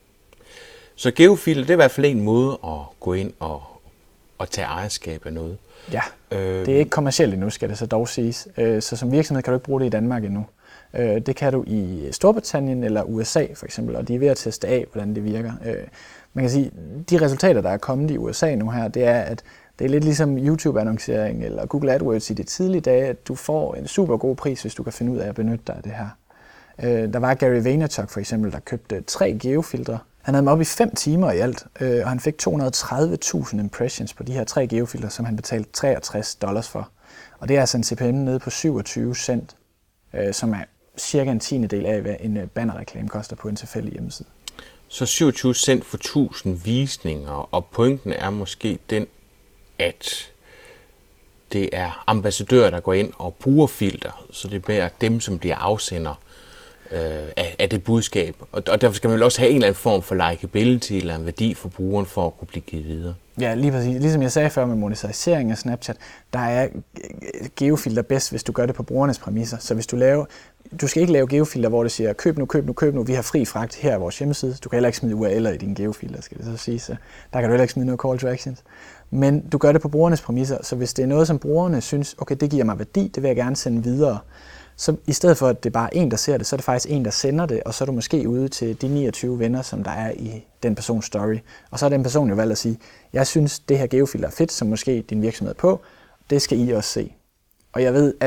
Så geofil, det er i hvert fald en måde at gå ind og, og tage ejerskab af noget. Ja, det er ikke kommercielt endnu, skal det så dog siges. Så som virksomhed kan du ikke bruge det i Danmark endnu. Det kan du i Storbritannien eller U S A for eksempel, og de er ved at teste af, hvordan det virker. Man kan sige, de resultater, der er kommet i U S A nu her, det er, at det er lidt ligesom YouTube-annoncering eller Google AdWords i de tidlige dage, at du får en super god pris, hvis du kan finde ud af at benytte dig af det her. Der var Gary Vaynerchuk for eksempel, der købte tre geofiltre. Han havde dem op i fem timer i alt, og han fik to hundrede og tredive tusind impressions på de her tre geofiltre, som han betalte treogtres dollars for. Og det er altså en C P M nede på syvogtyve cent, som er cirka en tiende del af, hvad en bannerreklame koster på en tilfældig hjemmeside. Så syvogtyve cent for tusind visninger, og pointen er måske den, at det er ambassadører, der går ind og bruger filter, så det bliver dem, som bliver afsender Af, af det budskab. Og, og derfor skal man vel også have en eller anden form for likability eller en værdi for brugeren for at kunne blive givet videre. Ja, lige præcis. Ligesom jeg sagde før med monetarisering af Snapchat, der er geofilter bedst, hvis du gør det på brugernes præmisser. Så hvis du laver, du skal ikke lave geofilter, hvor det siger, køb nu, køb nu, køb nu, vi har fri fragt her af vores hjemmeside. Du kan heller ikke smide U R L'er i dine geofilter, skal det så sige. Så der kan du heller ikke smide noget call to actions. Men du gør det på brugernes præmisser, så hvis det er noget, som brugerne synes, okay, det giver mig værdi, det vil jeg gerne sende videre. Så i stedet for, at det er bare en, der ser det, så er det faktisk en, der sender det, og så er du måske ude til de niogtyve venner, som der er i den persons story. Og så er den person jo valgt at sige, jeg synes, det her geofilter er fedt, som måske din virksomhed er på, det skal I også se. Og jeg ved, at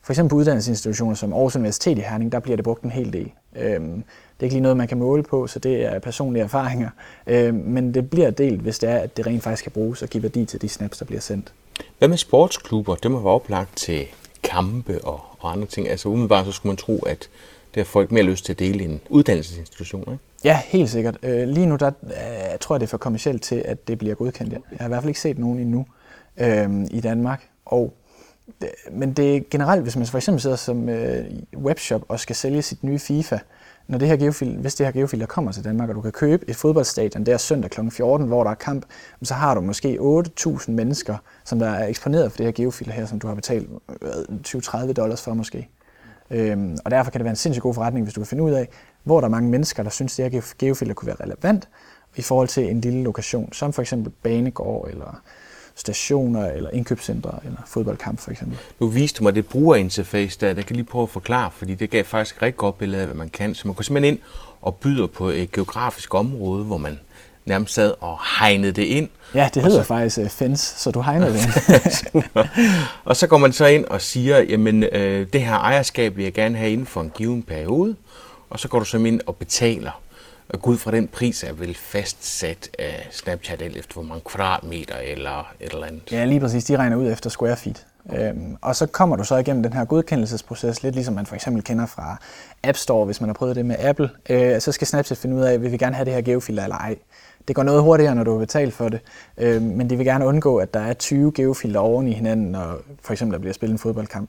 For eksempel på uddannelsesinstitutioner som Aarhus Universitet i Herning, der bliver det brugt en hel del. Øhm, det er ikke lige noget, man kan måle på, så det er personlige erfaringer. Øhm, men det bliver delt, hvis det er, at det rent faktisk kan bruges og give værdi til de snaps, der bliver sendt. Hvad med sportsklubber? Det må være oplagt til kampe og, og andre ting. Altså umiddelbart så skulle man tro, at det har folk mere lyst til at dele i en uddannelsesinstitution, ikke? Ja, helt sikkert. Øh, lige nu der, øh, tror jeg, det er for kommercielt til, at det bliver godkendt. Jeg har i hvert fald ikke set nogen endnu øh, i Danmark. Og, øh, men det er generelt, hvis man for eksempel sidder som øh, webshop og skal sælge sit nye FIFA, når det her geofil, hvis det her geofilter kommer til Danmark, og du kan købe et fodboldstadion der søndag klokken fjorten, hvor der er kamp, så har du måske otte tusind mennesker, som der er eksponeret for det her geofilter her, som du har betalt tyve til tredive dollars for måske. Øhm, og derfor kan det være en sindssygt god forretning, hvis du kan finde ud af, hvor der er mange mennesker, der synes, at det her geofilter kunne være relevant i forhold til en lille lokation, som for eksempel banegård, eller stationer, eller indkøbscentre, eller fodboldkamp for eksempel. Nu viste du mig det brugerinterface der, det kan lige prøve at forklare, fordi det gav faktisk et rigtig godt billede af, hvad man kan. Så man går simpelthen ind og byder på et geografisk område, hvor man nærmest sad og hegnede det ind. Ja, det hedder så faktisk uh, fence, så du hegner det ind. Og så går man så ind og siger, jamen øh, det her ejerskab vil jeg gerne have inden for en given periode, og så går du så ind og betaler. Og ud fra den pris er vel fastsat af Snapchat, eller efter hvor mange kvadratmeter eller et eller andet. Ja, lige præcis. De regner ud efter square feet. Øhm, og så kommer du så igennem den her godkendelsesproces, lidt ligesom man for eksempel kender fra App Store, hvis man har prøvet det med Apple. Øh, så skal Snapchat finde ud af, vil vi gerne have det her geofilter eller ej. Det går noget hurtigere, når du har betalt for det, øh, men de vil gerne undgå, at der er tyve geofilter oven i hinanden, når for eksempel der bliver spillet en fodboldkamp.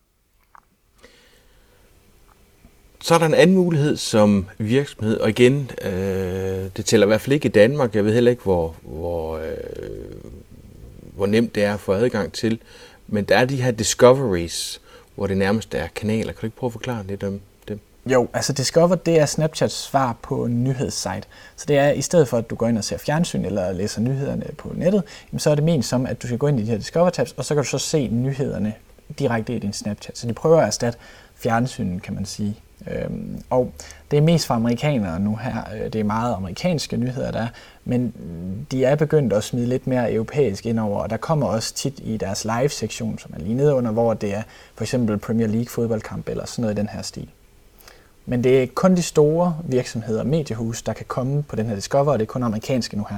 Så er der en anden mulighed som virksomhed, og igen, øh, det tæller i hvert fald ikke i Danmark, jeg ved heller ikke, hvor, hvor, øh, hvor nemt det er at få adgang til, men der er de her discoveries, hvor det nærmest er kanaler. Kan du ikke prøve at forklare lidt om dem? Jo, altså Discover, det er Snapchats svar på en nyhedssite. Så det er, i stedet for at du går ind og ser fjernsyn eller læser nyhederne på nettet, så er det ment som, at du skal gå ind i de her Discover-tabs, og så kan du så se nyhederne direkte i din Snapchat. Så de prøver at erstatte fjernsynen, kan man sige. Øhm, og det er mest for amerikanere nu her. Det er meget amerikanske nyheder, der er, men de er begyndt at smide lidt mere europæisk indover, og der kommer også tit i deres live-sektion, som er lige nede under, hvor det er for eksempel Premier League fodboldkamp eller sådan noget i den her stil. Men det er kun de store virksomheder, mediehus, der kan komme på den her Discover, og det er kun amerikanske nu her.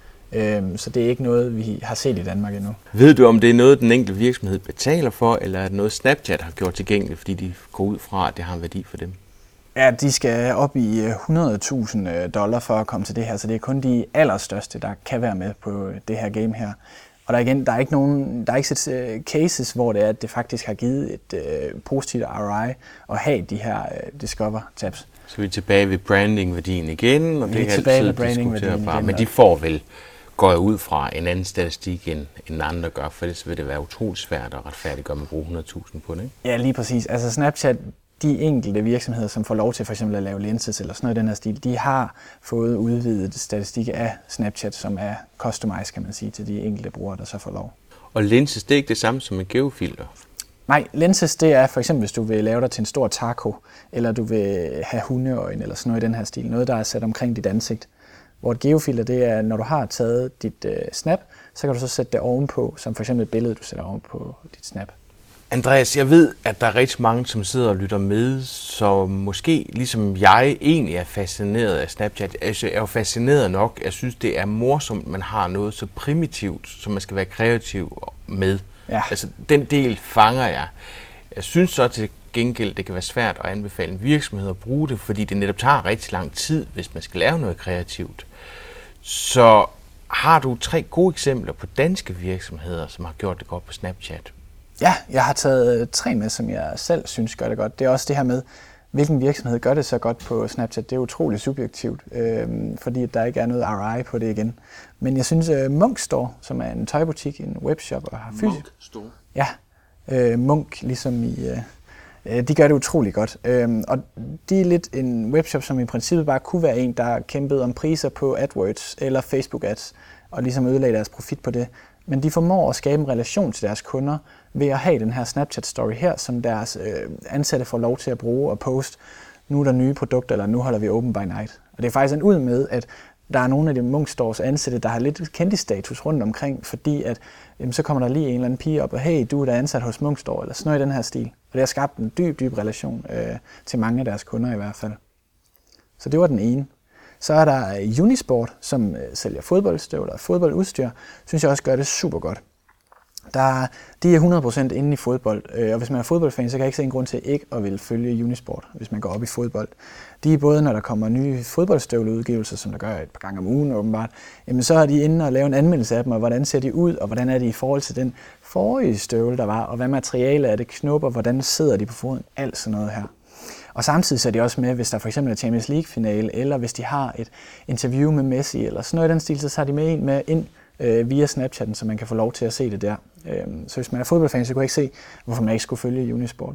Øhm, så det er ikke noget, vi har set i Danmark endnu. Ved du, om det er noget, den enkelte virksomhed betaler for, eller er det noget, Snapchat har gjort tilgængeligt, fordi de går ud fra, at det har en værdi for dem? Ja, de skal op i hundrede tusind dollar for at komme til det her, så det er kun de allerstørste, der kan være med på det her game her. Og der er igen, der er ikke nogen, der er ikke set uh, cases, hvor det er, at det faktisk har givet et uh, positivt R O I at have de her uh, Discover-tabs. Så vi er tilbage ved branding-værdien igen, og vi det er tilbage altid ved branding-værdien. Men de får vel, går jeg ud fra, en anden statistik, end, end andre gør, for ellers vil det være utroligt svært at retfærdiggøre med at bruge hundrede tusind på det, ikke? Ja, lige præcis. Altså Snapchat, de enkelte virksomheder, som får lov til for eksempel at lave lenses eller sådan noget i den her stil, de har fået udvidet statistik af Snapchat, som er customized, kan man sige, til de enkelte brugere, der så får lov. Og lenses, det er ikke det samme som en geofilter? Nej, lenses, det er for eksempel, hvis du vil lave dig til en stor taco, eller du vil have hundeøjne eller sådan noget i den her stil. Noget, der er sat omkring dit ansigt. Hvor et geofilter, det er, når du har taget dit øh, snap, så kan du så sætte det ovenpå, som for eksempel et billede, du sætter ovenpå dit snap. Andreas, jeg ved, at der er rigtig mange, som sidder og lytter med, som måske, ligesom jeg, egentlig er fascineret af Snapchat. Altså, jeg er jo fascineret nok. Jeg synes, det er morsomt, man har noget så primitivt, som man skal være kreativ med. Ja. Altså, den del fanger jeg. Jeg synes så til gengæld, det kan være svært at anbefale en virksomhed at bruge det, fordi det netop tager rigtig lang tid, hvis man skal lave noget kreativt. Så har du tre gode eksempler på danske virksomheder, som har gjort det godt på Snapchat? Ja, jeg har taget tre med, som jeg selv synes gør det godt. Det er også det her med, hvilken virksomhed gør det så godt på Snapchat. Det er utroligt subjektivt, øh, fordi der ikke er noget R O I på det igen. Men jeg synes, uh, Munk Store, som er en tøjbutik, en webshop og har fysisk... Munk Store? Ja, øh, Munk, ligesom i... Øh, de gør det utroligt godt. Øh, og de er lidt en webshop, som i princippet bare kunne være en, der kæmpede om priser på AdWords eller Facebook Ads, og ligesom ødelagde deres profit på det. Men de formår at skabe en relation til deres kunder ved at have den her Snapchat-story her, som deres øh, ansatte får lov til at bruge og poste. Nu er der nye produkter, eller nu holder vi open by night. Og det er faktisk en ud med, at der er nogle af de Munk Stores ansatte, der har lidt kendisstatus rundt omkring, fordi at jamen, så kommer der lige en eller anden pige op, og hey, du er da ansat hos Munk Store, eller sådan noget i den her stil. det har skabt en dyb, dyb relation øh, til mange af deres kunder i hvert fald. Så det var den ene. Så er der Unisport, som øh, sælger fodboldstøvler og fodboldudstyr, synes jeg også gør det super godt. Der, de er hundrede procent inde i fodbold, øh, og hvis man er fodboldfan, så kan jeg ikke se en grund til ikke at ville følge Unisport, hvis man går op i fodbold. De er både, når der kommer nye fodboldstøvleudgivelser, som der gør et par gange om ugen åbenbart, jamen så er de inde og lave en anmeldelse af dem, og hvordan ser de ud, og hvordan er de i forhold til den forrige støvle, der var, og hvad materiale er det, knopper, hvordan sidder de på foden, alt sådan noget her. Og samtidig så er de også med, hvis der for eksempel er Champions League-finale, eller hvis de har et interview med Messi, eller sådan noget i den stil, så tager de med en med ind øh, via Snapchatten, så man kan få lov til at se det der. Øh, så hvis man er fodboldfan, så kunne jeg ikke se, hvorfor man ikke skulle følge Unisport.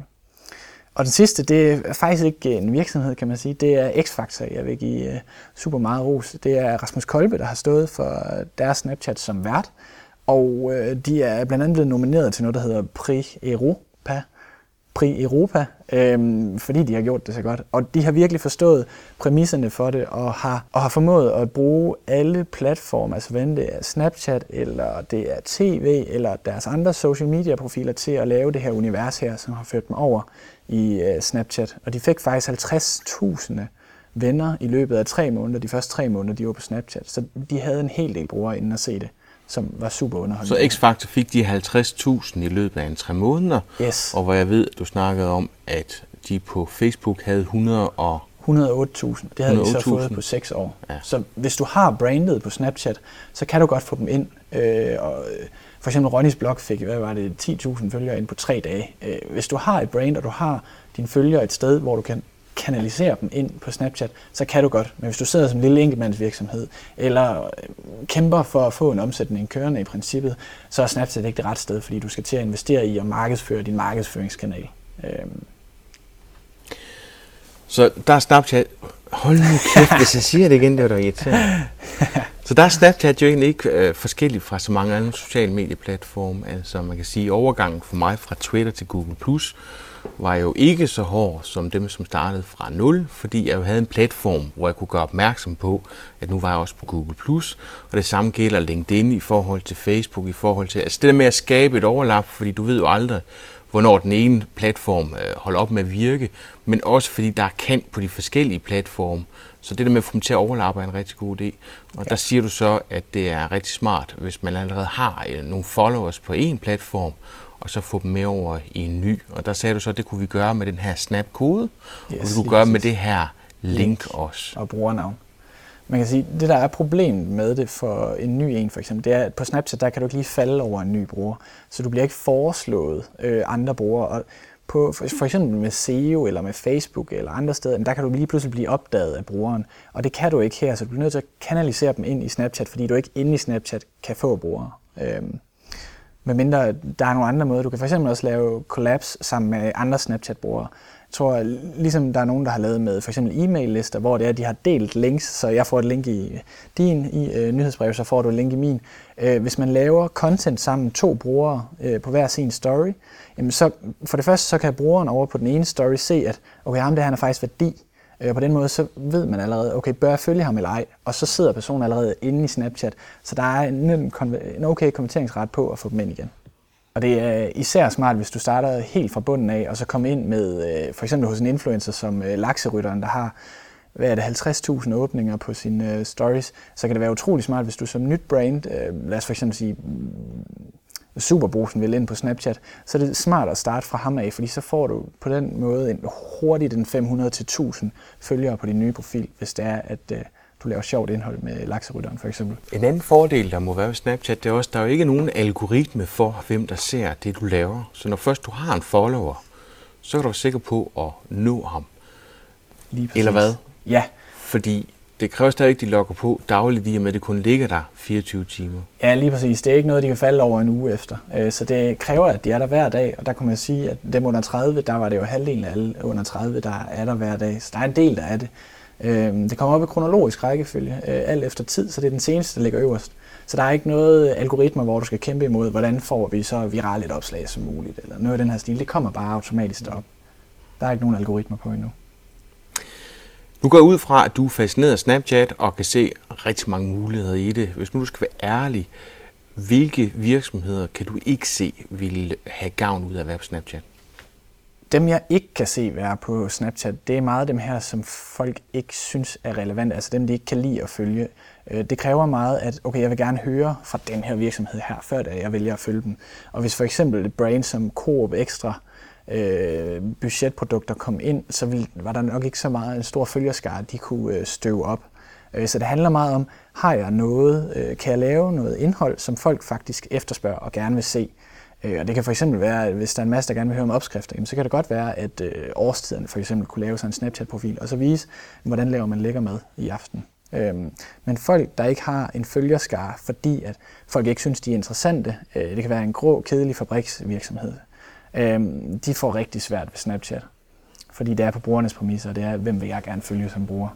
Og den sidste, det er faktisk ikke en virksomhed, kan man sige. Det er X-Factor, jeg vil give uh, super meget ros. Det er Rasmus Kolbe, der har stået for deres Snapchat som vært. Og uh, de er blandt andet blevet nomineret til noget, der hedder Prix Europa. Prix Europa, øhm, fordi de har gjort det så godt. Og de har virkelig forstået præmisserne for det, og har, og har formået at bruge alle platforme, altså hvad det er Snapchat, eller det er tv, eller deres andre social media profiler, til at lave det her univers her, som har ført dem over i uh, Snapchat. Og de fik faktisk halvtreds tusind venner i løbet af tre måneder, de første tre måneder, de var på Snapchat. Så de havde en hel del brugere inden at se det, som var super underholdende. Så X-Factor fik de halvtreds tusind i løbet af en tre måneder, yes. Og hvor jeg ved, du snakkede om, at de på Facebook havde hundrede og hundrede og otte tusind. Det havde de så fået på seks år. Ja. Så hvis du har brandet på Snapchat, så kan du godt få dem ind. Øh, og for eksempel Ronnys blog fik, hvad var det, ti tusind følgere ind på tre dage. Øh, hvis du har et brand, og du har dine følgere et sted, hvor du kan kanalisere dem ind på Snapchat, så kan du godt. Men hvis du sidder som en lille enkeltmandsvirksomhed, eller kæmper for at få en omsætning kørende i princippet, så er Snapchat ikke det rette sted, fordi du skal til at investere i at markedsføre din markedsføringskanal. Øhm. Så der er Snapchat... Hold nu kæft, hvis jeg siger det igen, det var da irriterende. Så der er Snapchat jo egentlig ikke øh, forskelligt fra så mange andre sociale medieplatforme. Altså man kan sige, overgangen for mig fra Twitter til Google Plus var jo ikke så hård som dem, som startede fra nul, fordi jeg jo havde en platform, hvor jeg kunne gøre opmærksom på, at nu var jeg også på Google Plus, og det samme gælder LinkedIn i forhold til Facebook, i forhold til, altså det der med at skabe et overlap, fordi du ved jo aldrig, hvornår den ene platform øh, holder op med at virke, men også fordi der er kant på de forskellige platforme, så det der med at få dem til at overlappe er en rigtig god idé. Og ja. Der siger du så, at det er rigtig smart, hvis man allerede har øh, nogle followers på en platform, og så få dem med over i en ny. Og der sagde du så, at det kunne vi gøre med den her snap-kode, yes, og vi kunne gøre med det her link også. Og brugernavn. Man kan sige, det der er problemet med det for en ny en for eksempel, det er, at på Snapchat, der kan du ikke lige falde over en ny bruger. Så du bliver ikke foreslået øh, andre brugere. Og på, for, for eksempel med S E O eller med Facebook eller andre steder, der kan du lige pludselig blive opdaget af brugeren. Og det kan du ikke her, så du bliver nødt til at kanalisere dem ind i Snapchat, fordi du ikke inde i Snapchat kan få brugere. Øhm, medmindre der er nogle andre måder. Du kan for eksempel også lave collabs sammen med andre Snapchat-brugere. Jeg tror, ligesom der er nogen, der har lavet med for eksempel e-mail-lister, hvor det er, at de har delt links, så jeg får et link i din i, øh, nyhedsbrev, så får du et link i min. Øh, hvis man laver content sammen, to brugere øh, på hver sin story, jamen så for det første, så kan brugeren over på den ene story se, at okay, ham der, han har faktisk værdi. Øh, på den måde, så ved man allerede, okay, bør jeg følge ham eller ej? Og så sidder personen allerede inde i Snapchat, så der er en, en okay konverteringsret på at få dem ind igen. Og det er især smart, hvis du starter helt fra bunden af, og så kommer ind med, for eksempel hos en influencer som Lakserytteren, der har hvad er det, halvtreds tusind åbninger på sine stories, så kan det være utrolig smart, hvis du som nyt brand, lad os for eksempel sige, Superbrusen vil ind på Snapchat, så er det smart at starte fra ham af, fordi så får du på den måde en, hurtigt en fem hundrede til tusind følgere på din nye profil, hvis det er, at du laver sjovt indhold med Lakserytteren for eksempel. En anden fordel, der må være ved Snapchat, det er også, der er jo ikke nogen algoritme for, hvem der ser det, du laver. Så når først du har en follower, så er du sikker på at nå ham. Eller hvad? Ja. Fordi det kræver stadig ikke, de logger på dagligt, i og med, at det kun ligger der fireogtyve timer. Ja, lige præcis. Det er ikke noget, de kan falde over en uge efter. Så det kræver, at de er der hver dag, og der kan man sige, at dem under tredive, der var det jo halvdelen af alle under tredive, der er der hver dag. Så der er en del, der er det. Det kommer op i kronologisk rækkefølge, alt efter tid, så det er den seneste, der ligger øverst. Så der er ikke noget algoritmer, hvor du skal kæmpe imod, hvordan får vi så viralt et opslag som muligt, eller noget af den her stil. Det kommer bare automatisk derop. Der er ikke nogen algoritmer på endnu. Nu går jeg ud fra, at du er fascineret af Snapchat og kan se rigtig mange muligheder i det. Hvis nu du skal være ærlig, hvilke virksomheder kan du ikke se ville have gavn ud af at være på Snapchat? Dem, jeg ikke kan se være på Snapchat, det er meget dem her, som folk ikke synes er relevant, altså dem, de ikke kan lide at følge. Det kræver meget, at okay, jeg vil gerne høre fra den her virksomhed her, før da jeg vælger at følge dem. Og hvis for eksempel et brand som Coop Extra øh, budgetprodukter kom ind, så ville, var der nok ikke så meget en stor følgerskare, de kunne øh, støve op. Så det handler meget om, har jeg noget, øh, kan jeg lave noget indhold, som folk faktisk efterspørger og gerne vil se. Og det kan for eksempel være, at hvis der er en masse, der gerne vil høre om opskrifter, så kan det godt være, at øh, årstiderne for eksempel kunne lave sig en Snapchat-profil, og så vise, hvordan laver man lækker mad i aften. Øhm, men folk, der ikke har en følgerskare, fordi at folk ikke synes, de er interessante, øh, det kan være en grå, kedelig fabriksvirksomhed, øh, de får rigtig svært ved Snapchat. Fordi det er på brugernes præmisser, og det er, hvem vil jeg gerne følge som bruger.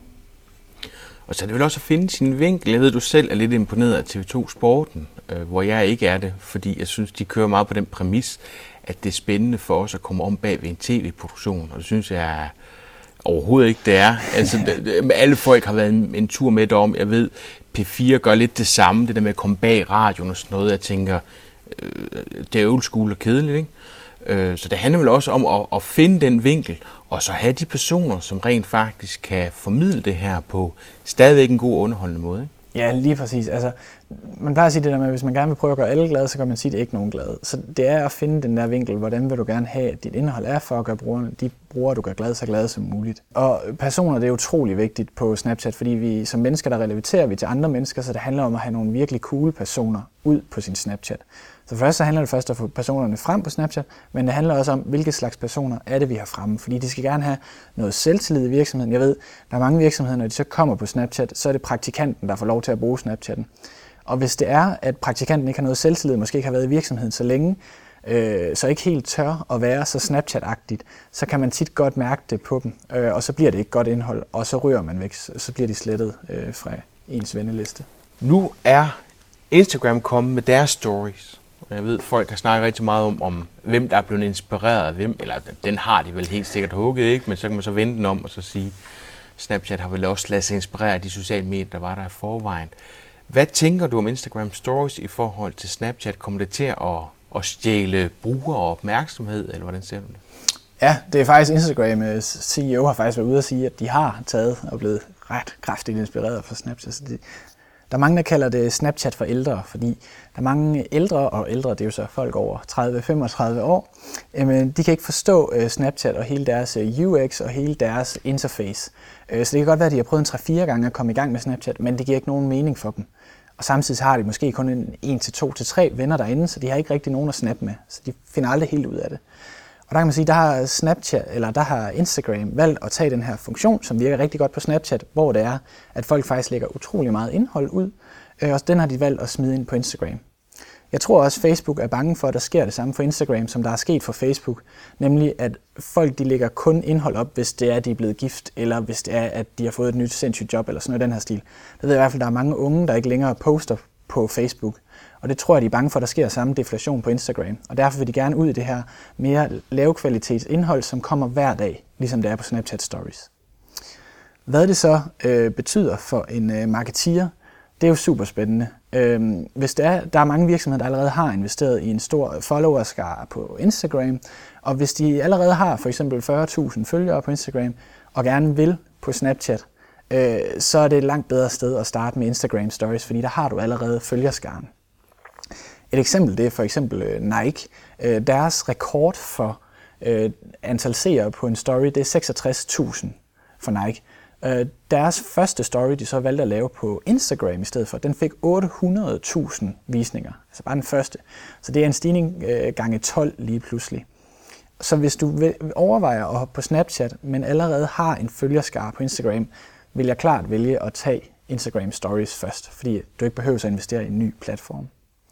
Og så er det vel også at finde sin vinkel. Jeg ved, du selv er lidt imponeret af T V to Sporten, øh, hvor jeg ikke er det, fordi jeg synes, de kører meget på den præmis, at det er spændende for os at komme om bag ved en tv-produktion, og det synes jeg overhovedet ikke, det er. Altså, alle folk har været en, en tur med derom. Jeg ved, P fire gør lidt det samme, det der med at komme bag radioen og sådan noget. Jeg tænker, øh, det er old school og kedeligt, ikke? Øh, så det handler vel også om at, at finde den vinkel, og så have de personer, som rent faktisk kan formidle det her på stadigvæk en god underholdende måde, ikke? Ja, lige præcis. Altså, man plejer at sige det der med, at hvis man gerne vil prøve at gøre alle glade, så kan man sige, at det ikke er nogen glade. Så det er at finde den der vinkel, hvordan vil du gerne have, at dit indhold er for at gøre brugerne, de brugere, du gør glade, så glade som muligt. Og personer, det er utrolig vigtigt på Snapchat, fordi vi som mennesker, der relaterer vi til andre mennesker, så det handler om at have nogle virkelig cool personer ud på sin Snapchat. Så først så handler det først om at få personerne frem på Snapchat, men det handler også om, hvilke slags personer er det, vi har fremme. Fordi de skal gerne have noget selvtillid i virksomheden. Jeg ved, der er mange virksomheder, når de så kommer på Snapchat, så er det praktikanten, der får lov til at bruge Snapchatten. Og hvis det er, at praktikanten ikke har noget selvtillid, måske ikke har været i virksomheden så længe, øh, så ikke helt tør at være så Snapchat-agtigt, så kan man tit godt mærke det på dem, øh, og så bliver det ikke godt indhold, og så ryger man væk, så bliver de slettet øh, fra ens venneliste. Nu er Instagram kommet med deres stories. Jeg ved, folk har snakket rigtig meget om, om hvem der er blevet inspireret af hvem, eller den har de vel helt sikkert hugget, ikke? Men så kan man så vende den om og så sige, Snapchat har vel også ladet sig inspirere af de sociale medier, der var der i forvejen. Hvad tænker du om Instagram Stories i forhold til Snapchat? Kommer det til at, at stjæle bruger og opmærksomhed, eller hvordan ser du det? Ja, det er faktisk Instagram C E O har faktisk været ude at sige, at de har taget og blevet ret kraftigt inspireret fra Snapchat. Så det, der er mange, der kalder det Snapchat for ældre, fordi der er mange ældre, og ældre, det er jo så folk over tredive til femogtredive år, jamen, de kan ikke forstå uh, Snapchat og hele deres uh, U X og hele deres interface. Uh, så det kan godt være, at de har prøvet en tre fire gange at komme i gang med Snapchat, men det giver ikke nogen mening for dem. Og samtidig har de måske kun en en til to til tre venner derinde, så de har ikke rigtig nogen at snappe med, så de finder aldrig helt ud af det. Og der kan man sige, der har Snapchat, eller der har Instagram valgt at tage den her funktion, som virker rigtig godt på Snapchat, hvor det er, at folk faktisk lægger utrolig meget indhold ud, og den har de valgt at smide ind på Instagram. Jeg tror også, Facebook er bange for, at der sker det samme for Instagram, som der er sket for Facebook, nemlig at folk de lægger kun indhold op, hvis det er, at de er blevet gift, eller hvis det er, at de har fået et nyt sindssygt job, eller sådan noget i den her stil. Der ved jeg i hvert fald, at der er mange unge, der ikke længere poster på Facebook. Og det tror jeg, de er bange for, at der sker samme deflation på Instagram. Og derfor vil de gerne ud i det her mere lavkvalitetsindhold, som kommer hver dag, ligesom det er på Snapchat Stories. Hvad det så øh, betyder for en øh, marketeer, det er jo super spændende. Øhm, hvis det er, der er mange virksomheder, der allerede har investeret i en stor followerskare på Instagram, og hvis de allerede har for eksempel fyrre tusind følgere på Instagram, og gerne vil på Snapchat, øh, så er det et langt bedre sted at starte med Instagram Stories, fordi der har du allerede følgerskaren. Et eksempel, det er for eksempel Nike. Deres rekord for øh, antal seere på en story, det er seksogtres tusind for Nike. Deres første story, de så valgte at lave på Instagram i stedet for, den fik otte hundrede tusind visninger. Altså bare den første. Så det er en stigning øh, gange tolv lige pludselig. Så hvis du overvejer at hoppe på Snapchat, men allerede har en følgerskare på Instagram, vil jeg klart vælge at tage Instagram Stories først, fordi du ikke behøver at investere i en ny platform.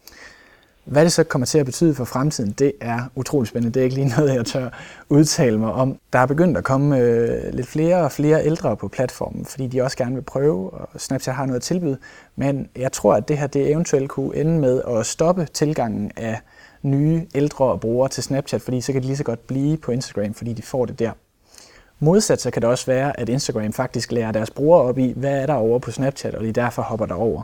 Hvad det så kommer til at betyde for fremtiden, det er utroligt spændende. Det er ikke lige noget, jeg tør udtale mig om. Der er begyndt at komme øh, lidt flere og flere ældre på platformen, fordi de også gerne vil prøve, og Snapchat har noget at tilbyde. Men jeg tror, at det her det eventuelt kunne ende med at stoppe tilgangen af nye ældre brugere til Snapchat, fordi så kan de lige så godt blive på Instagram, fordi de får det der. Modsat så kan det også være, at Instagram faktisk lærer deres brugere op i, hvad er der over på Snapchat, og de derfor hopper derover.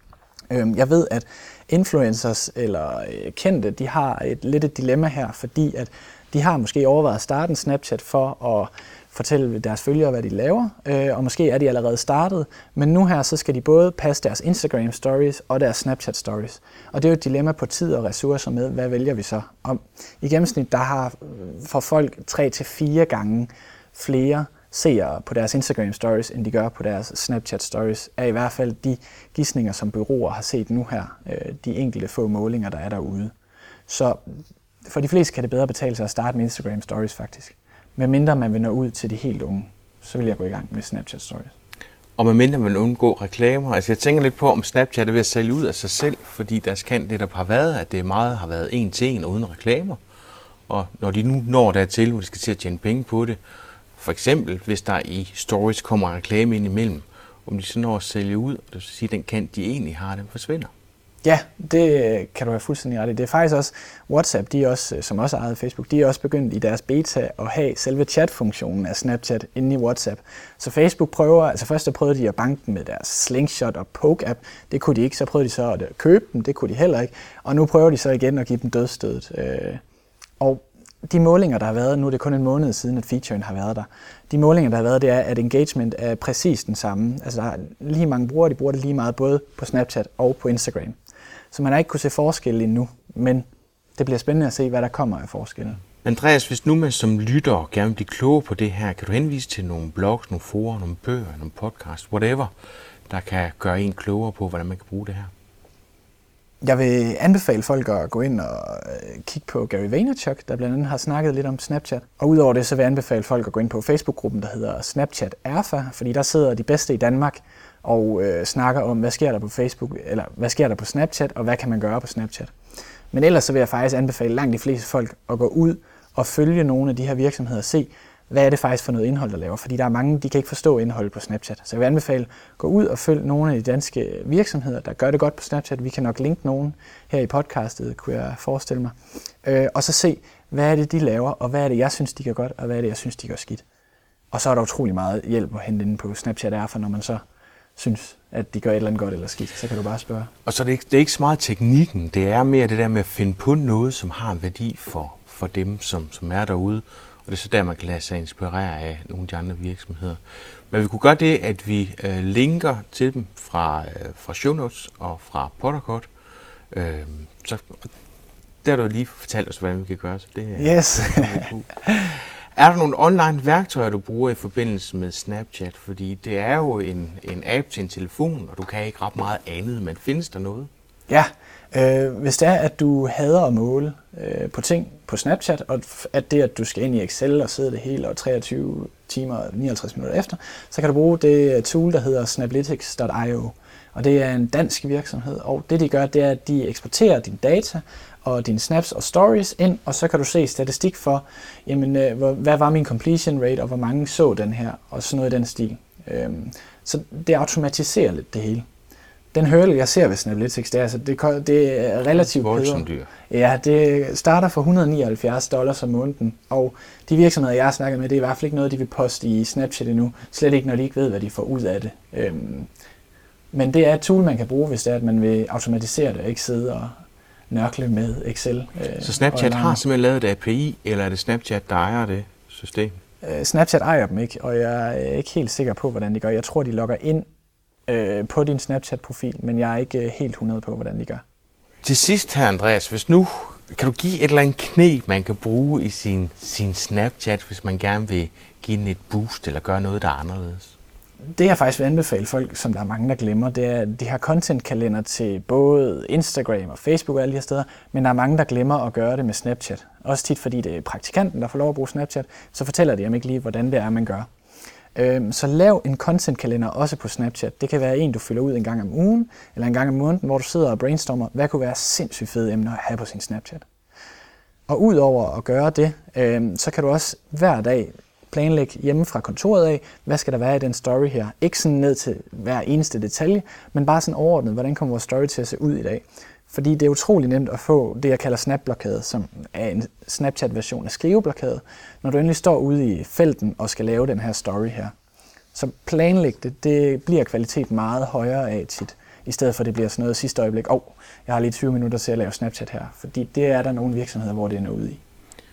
Jeg ved, at influencers eller kendte, de har et lidt et dilemma her, fordi at De har måske overvejet at starte en Snapchat for at fortælle deres følgere, hvad de laver, øh, og måske er de allerede startet, men nu her, så skal de både passe deres Instagram stories og deres Snapchat stories. Og det er jo et dilemma på tid og ressourcer med, hvad vælger vi så? Og i gennemsnit, der har for folk tre til fire gange flere seere på deres Instagram stories, end de gør på deres Snapchat stories, er i hvert fald de gidsninger, som bureauer har set nu her, øh, de enkelte få målinger, der er derude. Så for de fleste kan det bedre betale sig at starte med Instagram stories faktisk. Med mindre man vil nå ud til de helt unge, så vil jeg gå i gang med Snapchat stories. Og med mindre man vil undgå reklamer. Altså jeg tænker lidt på, om Snapchat er ved at sælge ud af sig selv, fordi deres kant det der har været, at det meget har været en til en og uden reklamer. Og når de nu når dertil, hvor de skal til at tjene penge på det, for eksempel hvis der i stories kommer reklame ind imellem, om de så når at sælge ud, og det vil sige, at den kant de egentlig har, den forsvinder. Ja, det kan du have fuldstændig ret i. Det er faktisk også WhatsApp, de er også, som også ejet Facebook, de er også begyndt i deres beta at have selve chatfunktionen af Snapchat inde i WhatsApp. Så Facebook prøver, altså først der prøvede de at banke dem med deres Slingshot og Poke-app. Det kunne de ikke, så prøvede de så at købe dem, det kunne de heller ikke. Og nu prøver de så igen at give dem dødsstødet. Og de målinger, der har været, nu er det kun en måned siden, at featuren har været der. De målinger, der har været, det er, at engagement er præcis den samme. Altså der er lige mange brugere, de bruger det lige meget både på Snapchat og på Instagram. Så man har ikke kunne se forskel endnu, men det bliver spændende at se, hvad der kommer af forskellen. Andreas, hvis nu man som lytter gerne vil blive klogere på det her, kan du henvise til nogle blogs, nogle forer, nogle bøger, nogle podcasts, whatever, der kan gøre en klogere på, hvordan man kan bruge det her? Jeg vil anbefale folk at gå ind og kigge på Gary Vaynerchuk, der blandt andet har snakket lidt om Snapchat. Og udover det, så vil jeg anbefale folk at gå ind på Facebook-gruppen, der hedder Snapchat Erfa, fordi der sidder de bedste i Danmark og øh, snakker om, hvad sker der på Facebook, eller hvad sker der på Snapchat, og hvad kan man gøre på Snapchat. Men ellers så vil jeg faktisk anbefale langt de fleste folk at gå ud og følge nogle af de her virksomheder og se, hvad er det faktisk for noget indhold, der laver. Fordi der er mange, de kan ikke forstå indholdet på Snapchat. Så jeg vil anbefale at gå ud og følge nogle af de danske virksomheder, der gør det godt på Snapchat. Vi kan nok linke nogen her i podcastet, kunne jeg forestille mig. Øh, og så se, hvad er det, de laver, og hvad er det, jeg synes, de gør godt, og hvad er det, jeg synes, de gør skidt. Og så er der utrolig meget hjælp at hente inde på Snapchat Erfa, når man så synes, at de gør et eller andet godt eller skidt, så kan du bare spørge. Og så er det ikke, det er ikke så meget teknikken, det er mere det der med at finde på noget, som har en værdi for, for dem, som, som er derude. Og det er så der, man kan lade sig inspirere af nogle af de andre virksomheder. Men vi kunne gøre det, at vi øh, linker til dem fra, øh, fra show notes og fra Potterkort. Øh, så der har du lige fortalt os, hvordan vi kan gøre, så det er yes. Er der nogle online værktøjer, du bruger i forbindelse med Snapchat? Fordi det er jo en, en app til en telefon, og du kan ikke ret meget andet, men findes der noget? Ja, øh, hvis det er, at du hader at måle øh, på ting på Snapchat, og at det, at du skal ind i Excel og sidde det hele og treogtyve timer og nioghalvtreds minutter efter, så kan du bruge det tool, der hedder Snaplytics punktum i o. Og det er en dansk virksomhed, og det de gør, det er, at de eksporterer dine data og dine snaps og stories ind, og så kan du se statistik for, jamen, øh, hvad var min completion rate, og hvor mange så den her, og sådan noget i den stil. Øhm, så det automatiserer lidt det hele. Den hurdle, jeg ser ved Snaplytics, det er, altså, det, det er relativt voldsomt dyr. Ja, det starter for et hundrede og nioghalvfjerds dollars om måneden, og de virksomheder, jeg har snakket med, det er i hvert fald ikke noget, de vil poste i Snapchat endnu. Slet ikke, når de ikke ved, hvad de får ud af det. Øhm, men det er et tool, man kan bruge, hvis det er, at man vil automatisere det, og ikke sidde og nørkle med Excel. Øh, Så Snapchat har simpelthen lavet et A P I, eller er det Snapchat, der ejer det system? Øh, Snapchat ejer dem ikke, og jeg er ikke helt sikker på, hvordan de gør. Jeg tror, de logger ind øh, på din Snapchat-profil, men jeg er ikke helt hundrede på, hvordan de gør. Til sidst her, Andreas, hvis nu kan du give et eller andet knep, man kan bruge i sin, sin Snapchat, hvis man gerne vil give den et boost eller gøre noget, der er anderledes? Det jeg faktisk vil anbefale folk, som der er mange, der glemmer, det er, at de har content-kalender til både Instagram og Facebook og alle de her steder, men der er mange, der glemmer at gøre det med Snapchat. Også tit, fordi det er praktikanten, der får lov at bruge Snapchat, så fortæller de ham ikke lige, hvordan det er, man gør. Så lav en content-kalender også på Snapchat. Det kan være en, du fylder ud en gang om ugen, eller en gang om måneden, hvor du sidder og brainstormer, hvad kunne være sindssygt fede emner at have på sin Snapchat. Og udover at gøre det, så kan du også hver dag planlægge hjemme fra kontoret af, hvad skal der være i den story her. Ikke sådan ned til hver eneste detalje, men bare sådan overordnet, hvordan kommer vores story til at se ud i dag. Fordi det er utrolig nemt at få det, jeg kalder snapblokade, som er en Snapchat-version af skriveblokade, når du endelig står ude i felten og skal lave den her story her. Så planlæg det, det bliver kvalitet meget højere af tit, i stedet for at det bliver sådan noget sidste øjeblik, åh, oh, jeg har lige tyve minutter til at lave Snapchat her, fordi det er der nogle virksomheder, hvor det er noget ude i.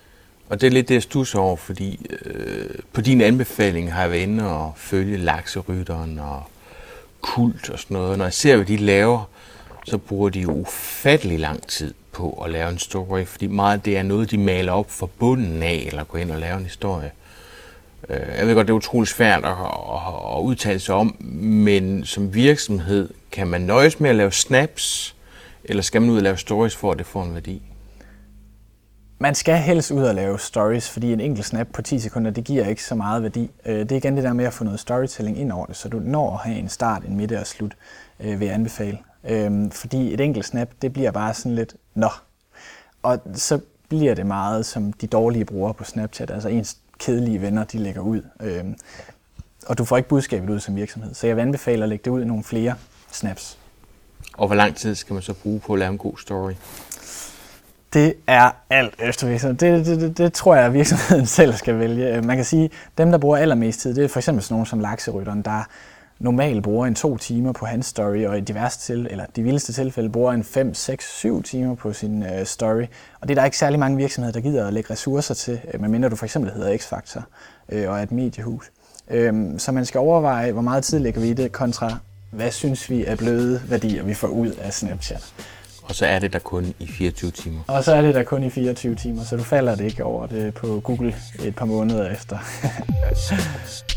Og det er lidt det, jeg stusser over, fordi øh, på din anbefaling har jeg været inde og følge Lakserytteren og Kult og sådan noget. Når jeg ser, hvad de laver, så bruger de jo ufattelig lang tid på at lave en story, fordi meget det er noget, de maler op fra bunden af, eller går ind og laver en historie. Jeg ved godt, det er utroligt svært at, at, at udtale sig om, men som virksomhed kan man nøjes med at lave snaps, eller skal man ud og lave stories for, at det får en værdi? Man skal helst ud og lave stories, fordi en enkelt snap på ti sekunder, det giver ikke så meget værdi. Det er igen det der med at få noget storytelling ind over det, så du når at have en start, en midte og slut, vil jeg anbefale. Fordi et enkelt snap, det bliver bare sådan lidt, nå. Og så bliver det meget som de dårlige brugere på Snapchat, altså ens kedelige venner, de lægger ud. Og du får ikke budskabet ud som virksomhed. Så jeg vil anbefale at lægge det ud i nogle flere snaps. Og hvor lang tid skal man så bruge på at lave en god story? Det er alt efter virksomheden. Det, det, det, det tror jeg, at virksomheden selv skal vælge. Man kan sige, at dem, der bruger allermest tid, det er for eksempel sådan nogen som Lakserytteren, der normalt bruger en to timer på hans story, og i de værste til, eller de vildeste tilfælde bruger en fem, seks, syv timer på sin uh, story. Og det er der ikke særlig mange virksomheder, der gider at lægge ressourcer til, medmindre du for eksempel hedder X-Factor uh, og er et mediehus. Um, så man skal overveje, hvor meget tid lægger vi i det, kontra hvad synes vi er bløde værdier, vi får ud af Snapchat. Og så er det der kun i fireogtyve timer. Og så er det der kun i fireogtyve timer, så du falder det ikke over det på Google et par måneder efter.